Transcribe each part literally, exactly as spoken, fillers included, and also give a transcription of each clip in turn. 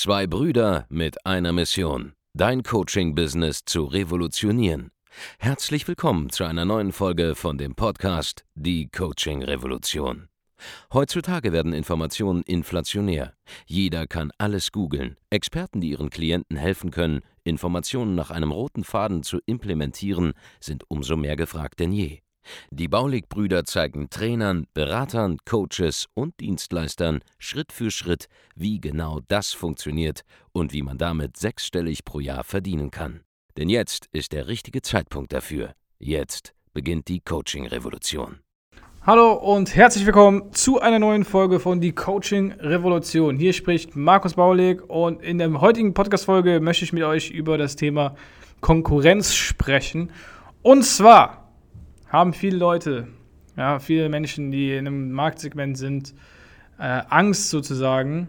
Zwei Brüder mit einer Mission, dein Coaching-Business zu revolutionieren. Herzlich willkommen zu einer neuen Folge von dem Podcast Die Coaching-Revolution. Heutzutage werden Informationen inflationär. Jeder kann alles googeln. Experten, die ihren Klienten helfen können, Informationen nach einem roten Faden zu implementieren, sind umso mehr gefragt denn je. Die Baulig-Brüder zeigen Trainern, Beratern, Coaches und Dienstleistern Schritt für Schritt, wie genau das funktioniert und wie man damit sechsstellig pro Jahr verdienen kann. Denn jetzt ist der richtige Zeitpunkt dafür. Jetzt beginnt die Coaching-Revolution. Hallo und herzlich willkommen zu einer neuen Folge von Die Coaching-Revolution. Hier spricht Markus Baulig und in der heutigen Podcast-Folge möchte ich mit euch über das Thema Konkurrenz sprechen. Und zwar haben viele Leute, ja, viele Menschen, die in einem Marktsegment sind, äh, Angst sozusagen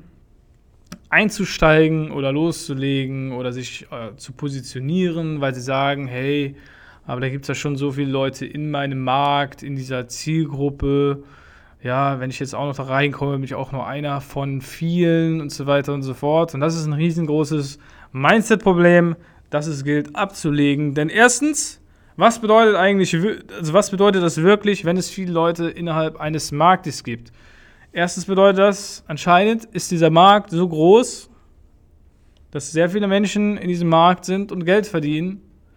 einzusteigen oder loszulegen oder sich äh, zu positionieren, weil sie sagen, hey, aber da gibt es ja schon so viele Leute in meinem Markt, in dieser Zielgruppe. Ja, wenn ich jetzt auch noch da reinkomme, bin ich auch nur einer von vielen und so weiter und so fort. Und das ist ein riesengroßes Mindset-Problem, das es gilt abzulegen. Denn erstens, was bedeutet eigentlich, also was bedeutet das wirklich, wenn es viele Leute innerhalb eines Marktes gibt? Erstens bedeutet das, anscheinend ist dieser Markt so groß, dass sehr viele Menschen in diesem Markt sind und Geld verdienen.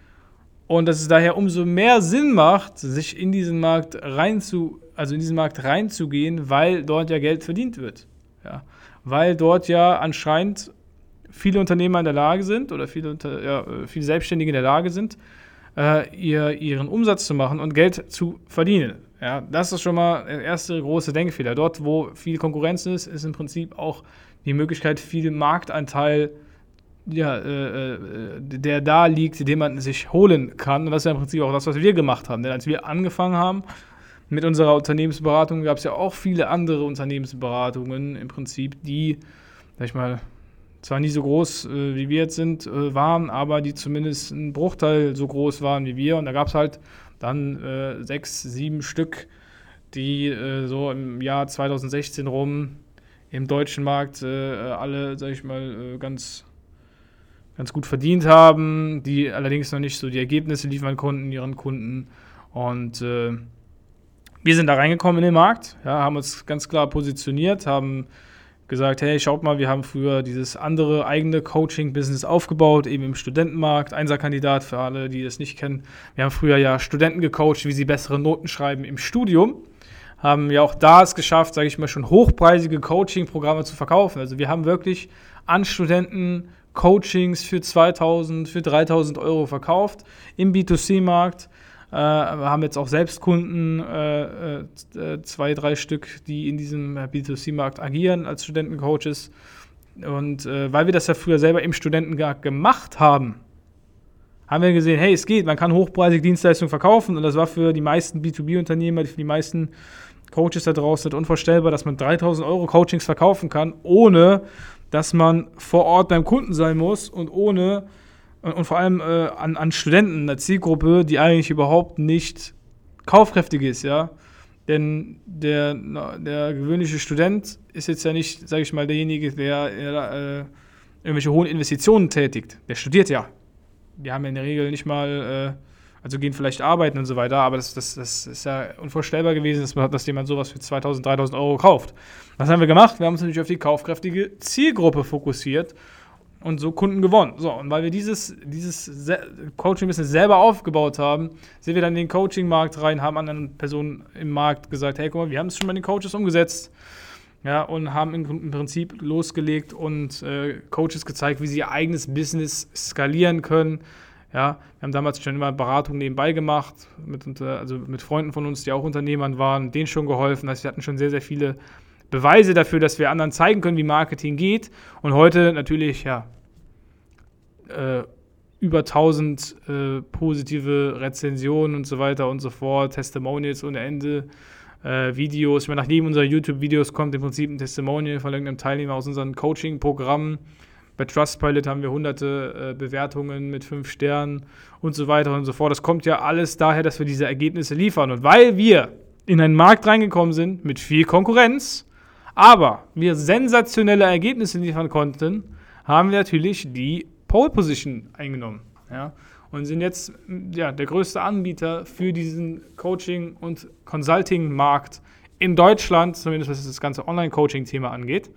Und dass es daher umso mehr Sinn macht, sich in diesen Markt reinzu, also in diesen Markt reinzugehen, weil dort ja Geld verdient wird. Ja. Weil dort ja anscheinend viele Unternehmer in der Lage sind oder viele, ja, viele Selbstständige in der Lage sind, äh, ihr, ihren Umsatz zu machen und Geld zu verdienen. Ja. Das ist schon mal der erste große Denkfehler. Dort, wo viel Konkurrenz ist, ist im Prinzip auch die Möglichkeit, viel Marktanteil Ja, äh, der da liegt, den man sich holen kann. Und das ist ja im Prinzip auch das, was wir gemacht haben. Denn als wir angefangen haben mit unserer Unternehmensberatung, gab es ja auch viele andere Unternehmensberatungen im Prinzip, die, sag ich mal, zwar nie so groß, äh, wie wir jetzt sind, äh, waren, aber die zumindest ein Bruchteil so groß waren wie wir. Und da gab es halt dann äh, sechs, sieben Stück, die äh, so im Jahr zwanzig sechzehn rum im deutschen Markt äh, alle, sag ich mal, äh, ganz ganz gut verdient haben, die allerdings noch nicht so die Ergebnisse liefern konnten, ihren Kunden. Und äh, wir sind da reingekommen in den Markt, ja, haben uns ganz klar positioniert, haben gesagt, hey, schaut mal, wir haben früher dieses andere eigene Coaching-Business aufgebaut, eben im Studentenmarkt, Einserkandidat für alle, die das nicht kennen. Wir haben früher ja Studenten gecoacht, wie sie bessere Noten schreiben im Studium. Haben ja auch da es geschafft, sage ich mal, schon hochpreisige Coaching-Programme zu verkaufen. Also wir haben wirklich an Studenten Coachings für zweitausend, für dreitausend Euro verkauft im B zwei C-Markt. Äh, wir haben jetzt auch selbst Kunden, äh, äh, zwei, drei Stück, die in diesem B zwei C-Markt agieren als Studentencoaches. Und äh, weil wir das ja früher selber im Studentenmarkt gemacht haben, haben wir gesehen, hey, es geht, man kann hochpreisige Dienstleistungen verkaufen. Und das war für die meisten B zwei B-Unternehmer, für die meisten Coaches da draußen unvorstellbar, dass man dreitausend Euro Coachings verkaufen kann, ohne dass man vor Ort beim Kunden sein muss und ohne und, und vor allem äh, an, an Studenten, einer Zielgruppe, die eigentlich überhaupt nicht kaufkräftig ist, ja. Denn der, der gewöhnliche Student ist jetzt ja nicht, sage ich mal, derjenige, der äh, irgendwelche hohen Investitionen tätigt. Der studiert ja. Die haben ja in der Regel nicht mal, äh, also gehen vielleicht arbeiten und so weiter, aber das, das, das ist ja unvorstellbar gewesen, dass, man, dass jemand sowas für zweitausend, dreitausend Euro kauft. Was haben wir gemacht? Wir haben uns natürlich auf die kaufkräftige Zielgruppe fokussiert und so Kunden gewonnen. So, und weil wir dieses, dieses Coaching-Business selber aufgebaut haben, sind wir dann in den Coaching-Markt rein, haben anderen Personen im Markt gesagt, hey, guck mal, wir haben es schon bei den Coaches umgesetzt, ja, und haben im, im Prinzip losgelegt und äh, Coaches gezeigt, wie sie ihr eigenes Business skalieren können. Ja, wir haben damals schon immer Beratung nebenbei gemacht, mit, also mit Freunden von uns, die auch Unternehmern waren, denen schon geholfen. Also wir hatten schon sehr, sehr viele Beweise dafür, dass wir anderen zeigen können, wie Marketing geht. Und heute natürlich, ja, äh, über tausend äh, positive Rezensionen und so weiter und so fort, Testimonials ohne Ende, äh, Videos. Ich meine, nach jedem unserer YouTube-Videos kommt im Prinzip ein Testimonial von irgendeinem Teilnehmer aus unseren Coaching-Programmen. Bei Trustpilot haben wir hunderte äh, Bewertungen mit fünf Sternen und so weiter und so fort. Das kommt ja alles daher, dass wir diese Ergebnisse liefern. Und weil wir in einen Markt reingekommen sind mit viel Konkurrenz, aber wir sensationelle Ergebnisse liefern konnten, haben wir natürlich die Pole Position eingenommen. Ja, und sind jetzt ja, der größte Anbieter für diesen Coaching- und Consulting-Markt in Deutschland, zumindest was das ganze Online-Coaching-Thema angeht.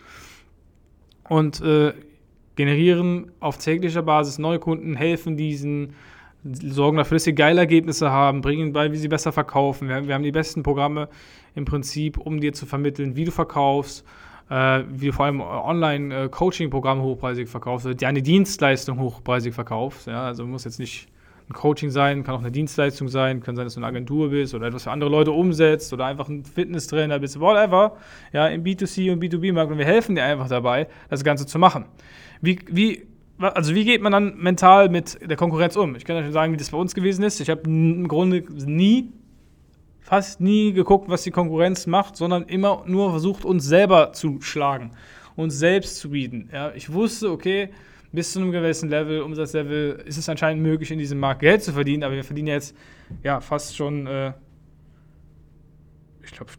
Und äh, generieren auf täglicher Basis neue Kunden, helfen diesen, sorgen dafür, dass sie geile Ergebnisse haben, bringen bei, wie sie besser verkaufen. Wir haben, wir haben die besten Programme im Prinzip, um dir zu vermitteln, wie du verkaufst, äh, wie du vor allem Online-Coaching-Programme hochpreisig verkaufst, oder deine Dienstleistung hochpreisig verkaufst. Ja, also muss jetzt nicht ein Coaching sein, kann auch eine Dienstleistung sein, kann sein, dass du eine Agentur bist oder etwas für andere Leute umsetzt oder einfach ein Fitnesstrainer bist, whatever, ja, im B zwei C und B zwei B-Markt, und wir helfen dir einfach dabei, das Ganze zu machen. Wie, wie, also wie geht man dann mental mit der Konkurrenz um? Ich kann euch sagen, wie das bei uns gewesen ist. Ich habe im Grunde nie, fast nie geguckt, was die Konkurrenz macht, sondern immer nur versucht, uns selber zu schlagen, uns selbst zu bieten. Ja, ich wusste, okay, bis zu einem gewissen Level, Umsatzlevel, ist es anscheinend möglich, in diesem Markt Geld zu verdienen, aber wir verdienen jetzt ja fast schon, äh, ich glaube,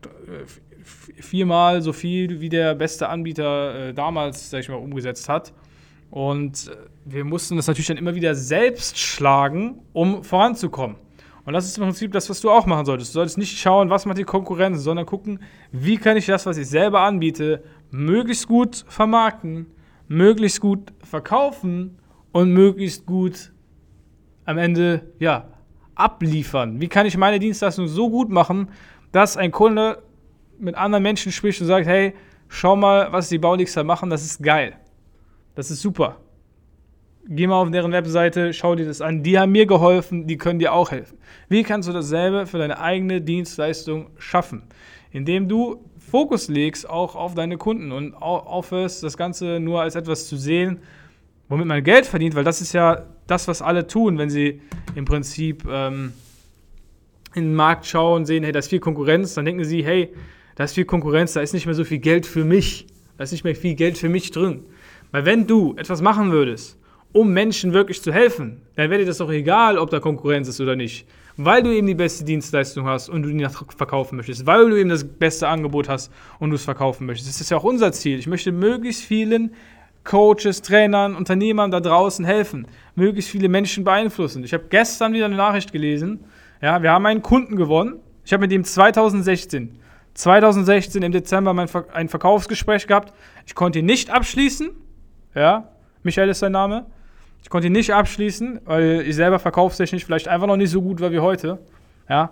viermal so viel, wie der beste Anbieter äh, damals, sag ich mal, umgesetzt hat. Und wir mussten das natürlich dann immer wieder selbst schlagen, um voranzukommen. Und das ist im Prinzip das, was du auch machen solltest. Du solltest nicht schauen, was macht die Konkurrenz, sondern gucken, wie kann ich das, was ich selber anbiete, möglichst gut vermarkten, möglichst gut verkaufen und möglichst gut am Ende, ja, abliefern. Wie kann ich meine Dienstleistung so gut machen, dass ein Kunde mit anderen Menschen spricht und sagt, hey, schau mal, was die Baulixer machen, das ist geil. Das ist super. Geh mal auf deren Webseite, schau dir das an. Die haben mir geholfen, die können dir auch helfen. Wie kannst du dasselbe für deine eigene Dienstleistung schaffen? Indem du Fokus legst auch auf deine Kunden und aufhörst, das Ganze nur als etwas zu sehen, womit man Geld verdient, weil das ist ja das, was alle tun, wenn sie im Prinzip ähm, in den Markt schauen, sehen, hey, da ist viel Konkurrenz, dann denken sie, hey, da ist viel Konkurrenz, da ist nicht mehr so viel Geld für mich, da ist nicht mehr viel Geld für mich drin. Weil wenn du etwas machen würdest, um Menschen wirklich zu helfen, dann wäre dir das doch egal, ob da Konkurrenz ist oder nicht. Weil du eben die beste Dienstleistung hast und du die verkaufen möchtest. Weil du eben das beste Angebot hast und du es verkaufen möchtest. Das ist ja auch unser Ziel. Ich möchte möglichst vielen Coaches, Trainern, Unternehmern da draußen helfen. Möglichst viele Menschen beeinflussen. Ich habe gestern wieder eine Nachricht gelesen. Ja, wir haben einen Kunden gewonnen. Ich habe mit dem zweitausendsechzehn, zweitausendsechzehn im Dezember mein Ver- ein Verkaufsgespräch gehabt. Ich konnte ihn nicht abschließen. Ja, Michael ist sein Name. Ich konnte ihn nicht abschließen, weil ich selber verkaufstechnisch vielleicht einfach noch nicht so gut war wie heute. Ja.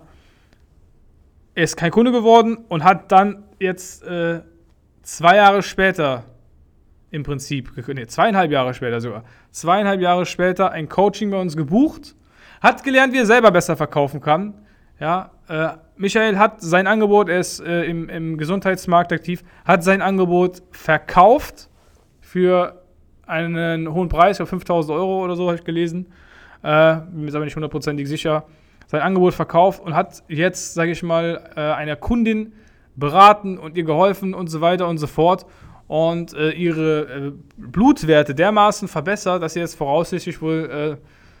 Er ist kein Kunde geworden und hat dann jetzt äh, zwei Jahre später im Prinzip, nee, zweieinhalb Jahre später sogar, zweieinhalb Jahre später ein Coaching bei uns gebucht, hat gelernt, wie er selber besser verkaufen kann. Ja, äh, Michael hat sein Angebot, er ist äh, im, im Gesundheitsmarkt aktiv, hat sein Angebot verkauft für einen hohen Preis, für fünftausend Euro oder so, habe ich gelesen. Äh, bin mir aber nicht hundertprozentig sicher. Sein Angebot verkauft und hat jetzt, sage ich mal, äh, einer Kundin beraten und ihr geholfen und so weiter und so fort. Und äh, ihre äh, Blutwerte dermaßen verbessert, dass sie jetzt voraussichtlich wohl, äh,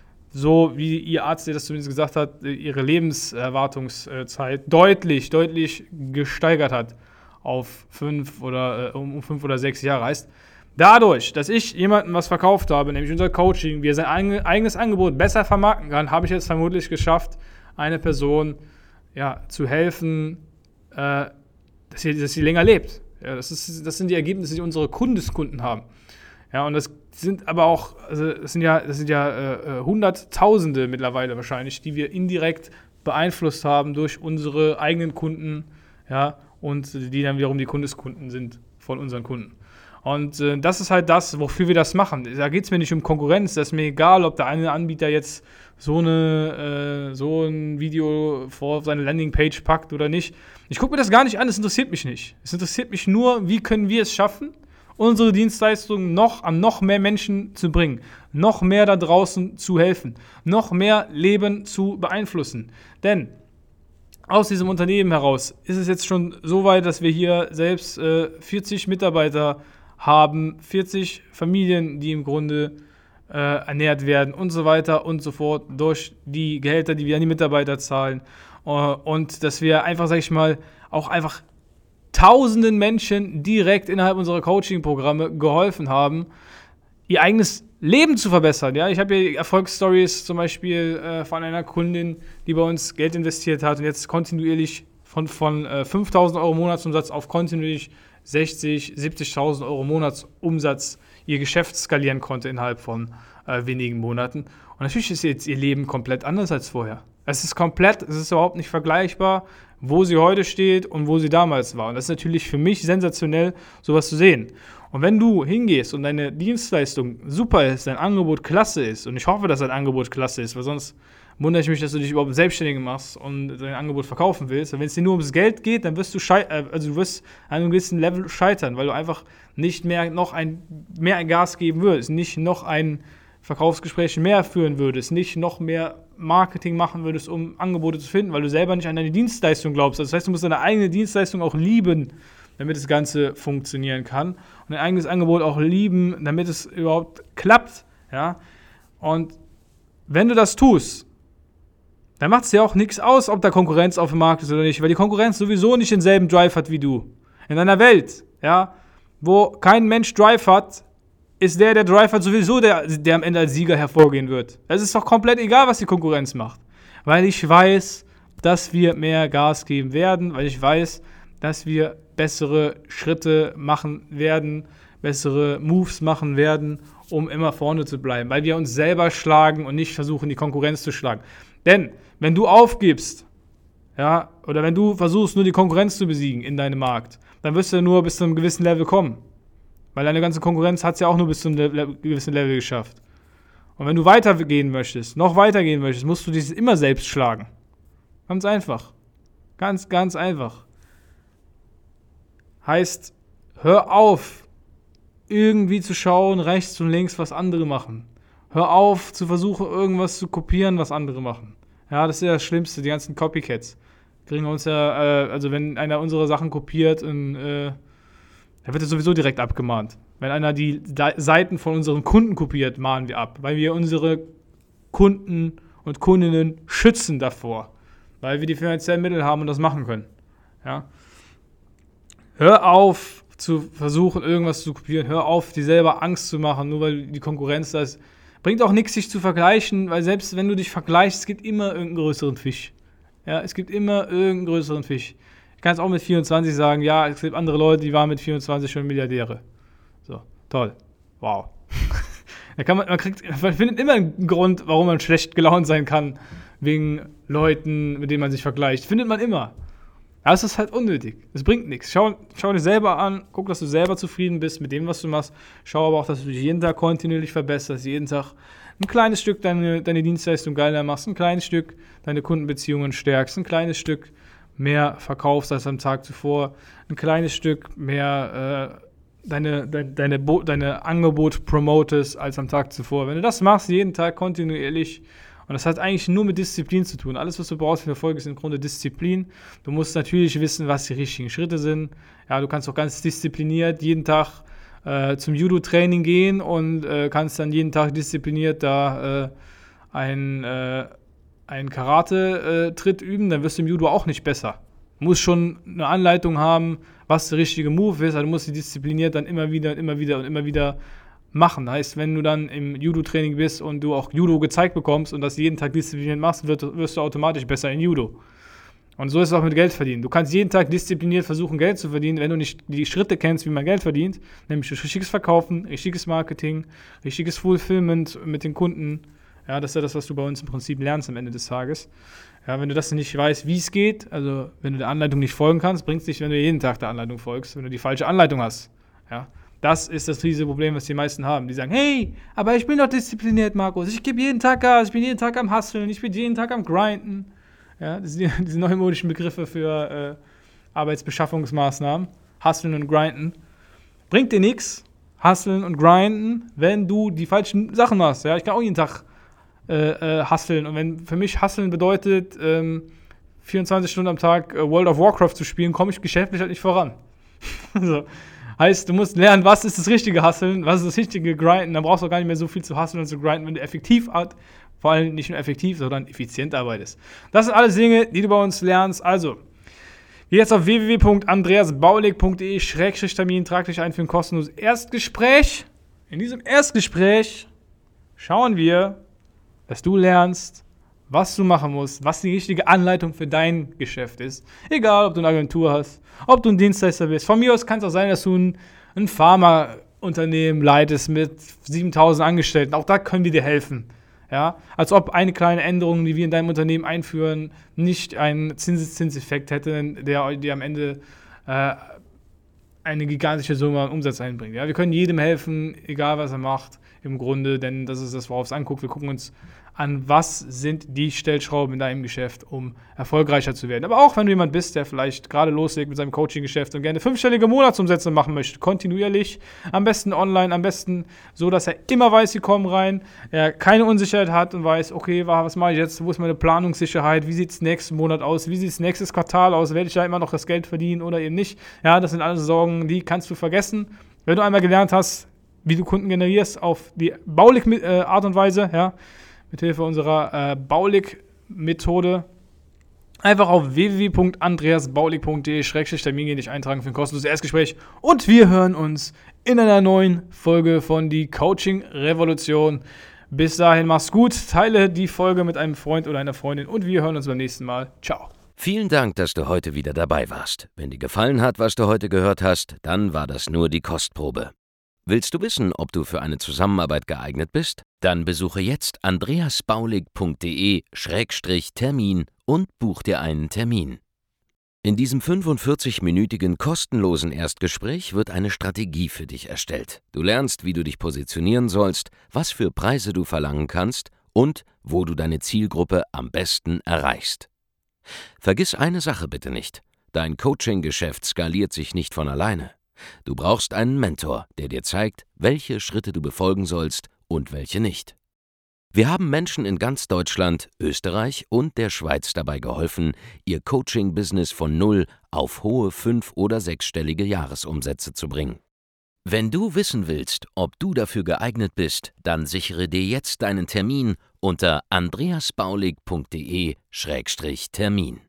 so wie ihr Arzt, der das zumindest gesagt hat, ihre Lebenserwartungszeit deutlich, deutlich gesteigert hat auf fünf oder äh, um fünf oder sechs Jahre. Heißt, dadurch, dass ich jemandem was verkauft habe, nämlich unser Coaching, wie er sein eigenes Angebot besser vermarkten kann, habe ich es vermutlich geschafft, eine Person ja, zu helfen, äh, dass, sie, dass sie länger lebt. Ja, das, ist, das sind die Ergebnisse, die unsere Kundeskunden haben. Ja, und das sind aber auch, also das sind ja, das sind ja äh, Hunderttausende mittlerweile wahrscheinlich, die wir indirekt beeinflusst haben durch unsere eigenen Kunden, ja, und die dann wiederum die Kundeskunden sind von unseren Kunden. Und äh, das ist halt das, wofür wir das machen. Da geht es mir nicht um Konkurrenz. Das ist mir egal, ob der eine Anbieter jetzt so, eine, äh, so ein Video vor seine Landingpage packt oder nicht. Ich gucke mir das gar nicht an, es interessiert mich nicht. Es interessiert mich nur, wie können wir es schaffen, unsere Dienstleistungen noch an noch mehr Menschen zu bringen, noch mehr da draußen zu helfen, noch mehr Leben zu beeinflussen. Denn aus diesem Unternehmen heraus ist es jetzt schon so weit, dass wir hier selbst äh, vierzig Mitarbeiter haben, vierzig Familien, die im Grunde äh, ernährt werden und so weiter und so fort durch die Gehälter, die wir an die Mitarbeiter zahlen. Uh, und dass wir einfach, sag ich mal, auch einfach tausenden Menschen direkt innerhalb unserer Coaching-Programme geholfen haben, ihr eigenes Leben zu verbessern. Ja? Ich habe hier Erfolgsstories zum Beispiel äh, von einer Kundin, die bei uns Geld investiert hat und jetzt kontinuierlich von, von äh, fünftausend Euro Monatsumsatz auf kontinuierlich sechzigtausend, siebzigtausend Euro Monatsumsatz ihr Geschäft skalieren konnte innerhalb von äh, wenigen Monaten. Und natürlich ist jetzt ihr Leben komplett anders als vorher. Es ist komplett, es ist überhaupt nicht vergleichbar, wo sie heute steht und wo sie damals war. Und das ist natürlich für mich sensationell, sowas zu sehen. Und wenn du hingehst und deine Dienstleistung super ist, dein Angebot klasse ist, und ich hoffe, dass dein Angebot klasse ist, weil sonst wundere ich mich, dass du dich überhaupt selbstständig machst und dein Angebot verkaufen willst. Und wenn es dir nur ums Geld geht, dann wirst du schei- also du wirst an einem gewissen Level scheitern, weil du einfach nicht mehr noch ein mehr Gas geben würdest, nicht noch ein Verkaufsgespräch mehr führen würdest, nicht noch mehr Marketing machen würdest, um Angebote zu finden, weil du selber nicht an deine Dienstleistung glaubst. Das heißt, du musst deine eigene Dienstleistung auch lieben, damit das Ganze funktionieren kann. Und dein eigenes Angebot auch lieben, damit es überhaupt klappt. Ja? Und wenn du das tust, dann macht es dir auch nichts aus, ob da Konkurrenz auf dem Markt ist oder nicht, weil die Konkurrenz sowieso nicht denselben Drive hat wie du. In einer Welt, ja, wo kein Mensch Drive hat, ist der, der Drive hat, sowieso der, der am Ende als Sieger hervorgehen wird. Es ist doch komplett egal, was die Konkurrenz macht. Weil ich weiß, dass wir mehr Gas geben werden, weil ich weiß, dass wir bessere Schritte machen werden, bessere Moves machen werden, um immer vorne zu bleiben. Weil wir uns selber schlagen und nicht versuchen, die Konkurrenz zu schlagen. Denn wenn du aufgibst, ja, oder wenn du versuchst, nur die Konkurrenz zu besiegen in deinem Markt, dann wirst du nur bis zu einem gewissen Level kommen. Weil deine ganze Konkurrenz hat es ja auch nur bis zu einem Le- gewissen Level geschafft. Und wenn du weitergehen möchtest, noch weitergehen möchtest, musst du dich immer selbst schlagen. Ganz einfach. Ganz, ganz einfach. Heißt, hör auf, irgendwie zu schauen, rechts und links, was andere machen. Hör auf, zu versuchen, irgendwas zu kopieren, was andere machen. Ja, das ist ja das Schlimmste, die ganzen Copycats. Kriegen uns ja, äh, also wenn einer unsere Sachen kopiert, und, äh, dann wird er sowieso direkt abgemahnt. Wenn einer die da- Seiten von unseren Kunden kopiert, mahnen wir ab. Weil wir unsere Kunden und Kundinnen schützen davor. Weil wir die finanziellen Mittel haben und das machen können. Ja. Hör auf, zu versuchen, irgendwas zu kopieren. Hör auf, dir selber Angst zu machen, nur weil die Konkurrenz da ist. Bringt auch nichts, sich zu vergleichen, weil selbst wenn du dich vergleichst, es gibt immer irgendeinen größeren Fisch. Ja, es gibt immer irgendeinen größeren Fisch. Ich kann es auch mit vierundzwanzig sagen, ja, es gibt andere Leute, die waren mit vierundzwanzig schon Milliardäre. So, toll. Wow. Da kann man, man, kriegt, man findet immer einen Grund, warum man schlecht gelaunt sein kann, wegen Leuten, mit denen man sich vergleicht. Findet man immer. Aber es ist halt unnötig. Es bringt nichts. Schau, schau dir selber an, guck, dass du selber zufrieden bist mit dem, was du machst. Schau aber auch, dass du dich jeden Tag kontinuierlich verbesserst, jeden Tag ein kleines Stück deine, deine Dienstleistung geiler machst, ein kleines Stück deine Kundenbeziehungen stärkst, ein kleines Stück mehr verkaufst als am Tag zuvor, ein kleines Stück mehr äh, deine, deine, deine, Bo- deine Angebot promotest als am Tag zuvor. Wenn du das machst, jeden Tag kontinuierlich, und das hat eigentlich nur mit Disziplin zu tun. Alles, was du brauchst für Erfolg, ist im Grunde Disziplin. Du musst natürlich wissen, was die richtigen Schritte sind. Ja, du kannst auch ganz diszipliniert jeden Tag äh, zum Judo-Training gehen und äh, kannst dann jeden Tag diszipliniert da äh, ein, äh, einen Karate-Tritt üben. Dann wirst du im Judo auch nicht besser. Du musst schon eine Anleitung haben, was der richtige Move ist. Also du musst sie diszipliniert dann immer wieder und immer wieder und immer wieder machen. Heißt, wenn du dann im Judo-Training bist und du auch Judo gezeigt bekommst und das jeden Tag diszipliniert machst, wird, wirst du automatisch besser in Judo. Und so ist es auch mit Geld verdienen. Du kannst jeden Tag diszipliniert versuchen, Geld zu verdienen, wenn du nicht die Schritte kennst, wie man Geld verdient, nämlich durch richtiges Verkaufen, richtiges Marketing, richtiges Fulfillment mit den Kunden. Ja, das ist ja das, was du bei uns im Prinzip lernst am Ende des Tages. Ja, wenn du das nicht weißt, wie es geht, also wenn du der Anleitung nicht folgen kannst, bringt es nicht, wenn du jeden Tag der Anleitung folgst, wenn du die falsche Anleitung hast. Ja. Das ist das riesige Problem, was die meisten haben. Die sagen, hey, aber ich bin doch diszipliniert, Markus. Ich gebe jeden Tag Gas, ich bin jeden Tag am Hustlen, ich bin jeden Tag am Grinden. Ja, das sind die, diese neumodischen Begriffe für äh, Arbeitsbeschaffungsmaßnahmen. Hustlen und Grinden. Bringt dir nichts, Hustlen und Grinden, wenn du die falschen Sachen machst. Ja, ich kann auch jeden Tag äh, äh, hustlen. Und wenn für mich Hustlen bedeutet, ähm, vierundzwanzig Stunden am Tag äh, World of Warcraft zu spielen, komme ich geschäftlich halt nicht voran. So. Heißt, du musst lernen, was ist das richtige Hustlen, was ist das richtige Grinden. Dann brauchst du auch gar nicht mehr so viel zu hustlen und zu grinden, wenn du effektiv, vor allem nicht nur effektiv, sondern effizient arbeitest. Das sind alles Dinge, die du bei uns lernst. Also, geh jetzt auf w w w punkt andreas baulig punkt d e Schrägstrich Termin, trag dich ein für ein kostenloses Erstgespräch. In diesem Erstgespräch schauen wir, dass du lernst, was du machen musst, was die richtige Anleitung für dein Geschäft ist. Egal, ob du eine Agentur hast, ob du ein Dienstleister bist. Von mir aus kann es auch sein, dass du ein, ein Pharmaunternehmen leitest mit siebentausend Angestellten. Auch da können wir dir helfen. Ja? Als ob eine kleine Änderung, die wir in deinem Unternehmen einführen, nicht einen Zinseszinseffekt hätte, der dir am Ende äh, eine gigantische Summe an Umsatz einbringt. Ja? Wir können jedem helfen, egal was er macht, im Grunde, denn das ist das, worauf es anguckt. Wir gucken uns an, was sind die Stellschrauben in deinem Geschäft, um erfolgreicher zu werden. Aber auch, wenn du jemand bist, der vielleicht gerade loslegt mit seinem Coaching-Geschäft und gerne fünfstellige Monatsumsätze machen möchte, kontinuierlich, am besten online, am besten so, dass er immer weiß, sie kommen rein, er keine Unsicherheit hat und weiß, okay, was mache ich jetzt, wo ist meine Planungssicherheit, wie sieht es nächsten Monat aus, wie sieht es nächstes Quartal aus, werde ich da immer noch das Geld verdienen oder eben nicht. Ja, das sind alles Sorgen, die kannst du vergessen. Wenn du einmal gelernt hast, wie du Kunden generierst auf die Baulig-Art und Weise, ja, mithilfe unserer äh, Baulig-Methode, einfach auf w w w punkt andreas baulig punkt d e schrägstrich Termin gehen, dich eintragen für ein kostenloses Erstgespräch und wir hören uns in einer neuen Folge von die Coaching-Revolution. Bis dahin, mach's gut, teile die Folge mit einem Freund oder einer Freundin und wir hören uns beim nächsten Mal. Ciao. Vielen Dank, dass du heute wieder dabei warst. Wenn dir gefallen hat, was du heute gehört hast, dann war das nur die Kostprobe. Willst du wissen, ob du für eine Zusammenarbeit geeignet bist? Dann besuche jetzt andreas baulig punkt d e schrägstrich Termin und buch dir einen Termin. In diesem fünfundvierzig-minütigen kostenlosen Erstgespräch wird eine Strategie für dich erstellt. Du lernst, wie du dich positionieren sollst, was für Preise du verlangen kannst und wo du deine Zielgruppe am besten erreichst. Vergiss eine Sache bitte nicht: Dein Coaching-Geschäft skaliert sich nicht von alleine. Du brauchst einen Mentor, der dir zeigt, welche Schritte du befolgen sollst und welche nicht. Wir haben Menschen in ganz Deutschland, Österreich und der Schweiz dabei geholfen, ihr Coaching-Business von null auf hohe fünf- oder sechsstellige Jahresumsätze zu bringen. Wenn du wissen willst, ob du dafür geeignet bist, dann sichere dir jetzt deinen Termin unter andreas baulig punkt d e schrägstrich Termin.